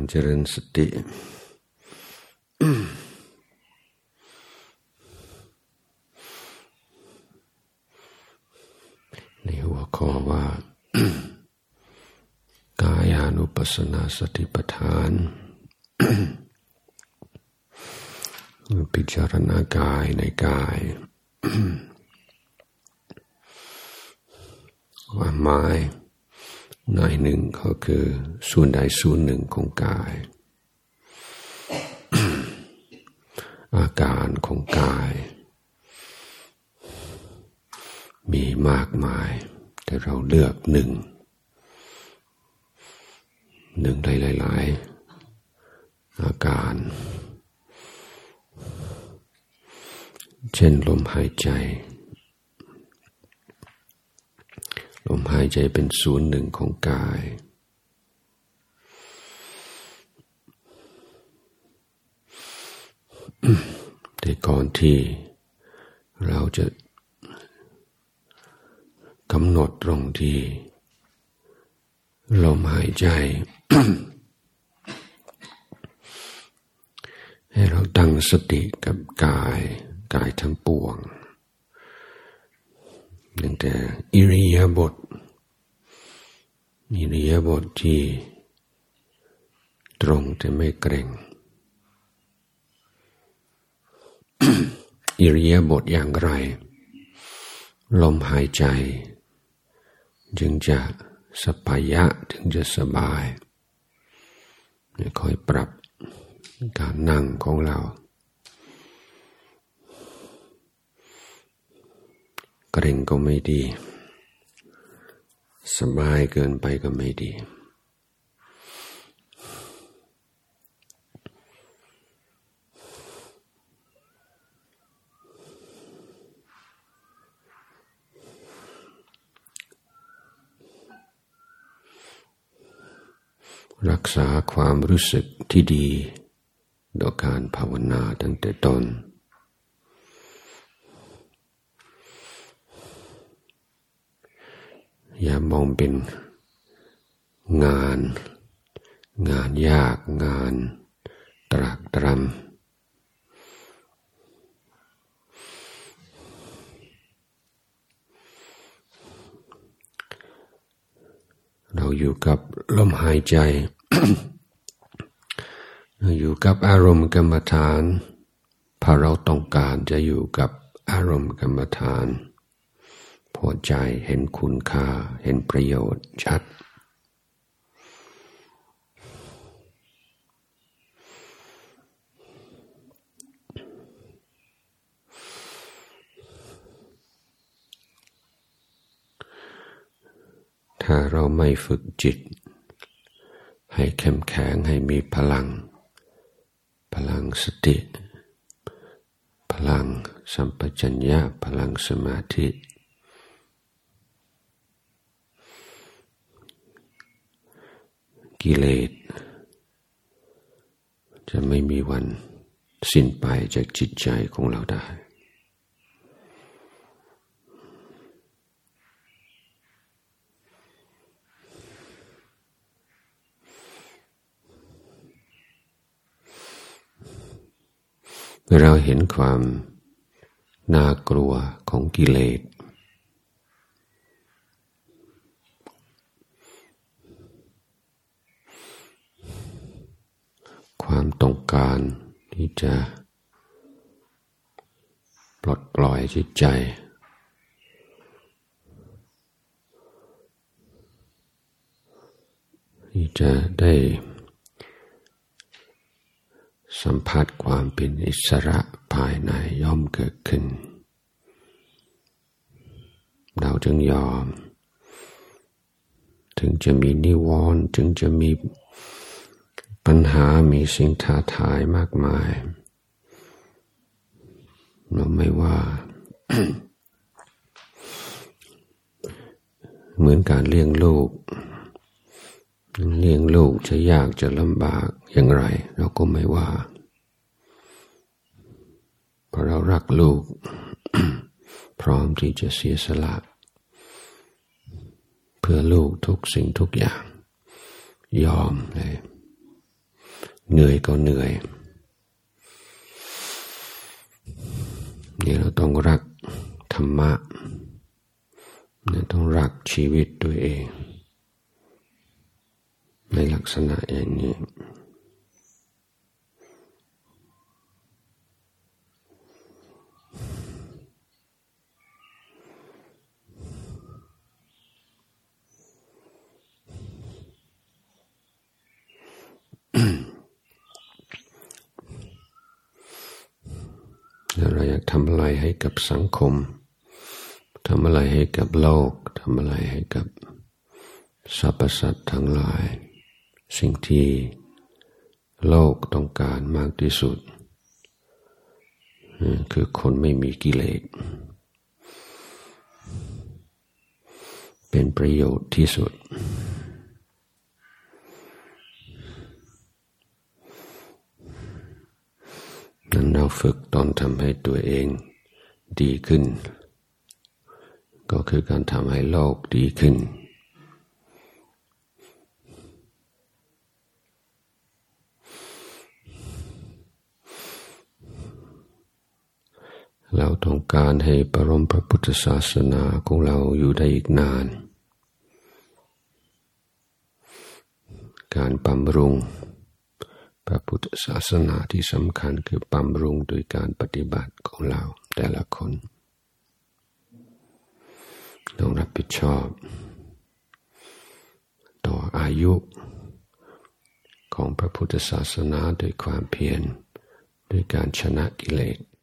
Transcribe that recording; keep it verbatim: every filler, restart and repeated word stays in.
เจริญสติในหัวข้อว่า กายานุปัสสนาสติปัฏฐาน พิจารณากายในกาย ว่าหมายในหนึ่งก็คือส่วนใดส่วนหนึ่งของกาย อาการของกายมีมากมายแต่เราเลือกหนึ่งหนึ่งได้หลายๆอาการเช่นลมหายใจลมหายใจเป็นส่วนหนึ่งของกายแต่ก่อนที่เราจะกำหนดตรงที่ลมหายใจ ให้เราตั้งสติกับกายกายทั้งปวงตั้งแต่อิริยาบถอิริยาบถที่ตรงแต่ไม่เกร็ง อิริยาบถอย่างไรลมหายใจจึงจะสปายะถึงจะสบายค่อยปรับการนั่งของเราเกร็งก็ไม่ดีสบายเกินไปก็ไม่ดีรักษาความรู้สึกที่ดีโดยการภาวนาตั้งแต่ต้นอย่ามองเป็นงานงานยากงานตรากตรำเราอยู่กับลมหายใจ อยู่กับอารมณ์กรรมฐานพอเราต้องการจะอยู่กับอารมณ์กรรมฐานพอใจเห็นคุณค่าเห็นประโยชน์ชัดถ้าเราไม่ฝึกจิตให้เข้มแข็งให้มีพลังพลังสติพลังสัมปชัญญะพลังสมาธิกิเลสจะไม่มีวันสิ้นไปจากจิตใจของเราได้เมื่อเราเห็นความน่ากลัวของกิเลสความต้องการที่จะปลดปล่อยจิตใจที่จะได้สัมผัสความเป็นอิสระภายในย่อมเกิดขึ้นเราจึงยอมถึงจะมีนิวรณ์ถึงจะมีปัญหามีสิ่งท้าทายมากมายเราไม่ว่า เหมือนการเลี้ยงลูกเลี้ยงลูกจะยากจะลำบากอย่างไรเราก็ไม่ว่าเพราะเรารักลูก พร้อมที่จะเสียสละเพื่อลูกทุกสิ่งทุกอย่างยอมเลยเหนื่อยก็เหนื่อยนี่เราต้องรักธรรมะต้องรักชีวิตตัวเองในลักษณะอย่างนี้เราอยากทำอะไรให้กับสังคมทำอะไรให้กับโลกทำอะไรให้กับสรรพสัตว์ทั้งหลายสิ่งที่โลกต้องการมากที่สุดคือคนไม่มีกิเลสเป็นประโยชน์ที่สุดนั้นเราฝึกตอนทำให้ตัวเองดีขึ้นก็คือการทำให้โลกดีขึ้นเราต้องการให้บรมพระพุทธศาสนาของเราอยู่ได้อีกนานการบำรุงพระพุทธศาสนาที่สำคัญคือบำรุงโดยการปฏิบัติของเราแต่ละคนต้องรับผิดชอบต่ออายุของพระพุทธศาสนาโดยความเพียรโดยการชนะกิเลส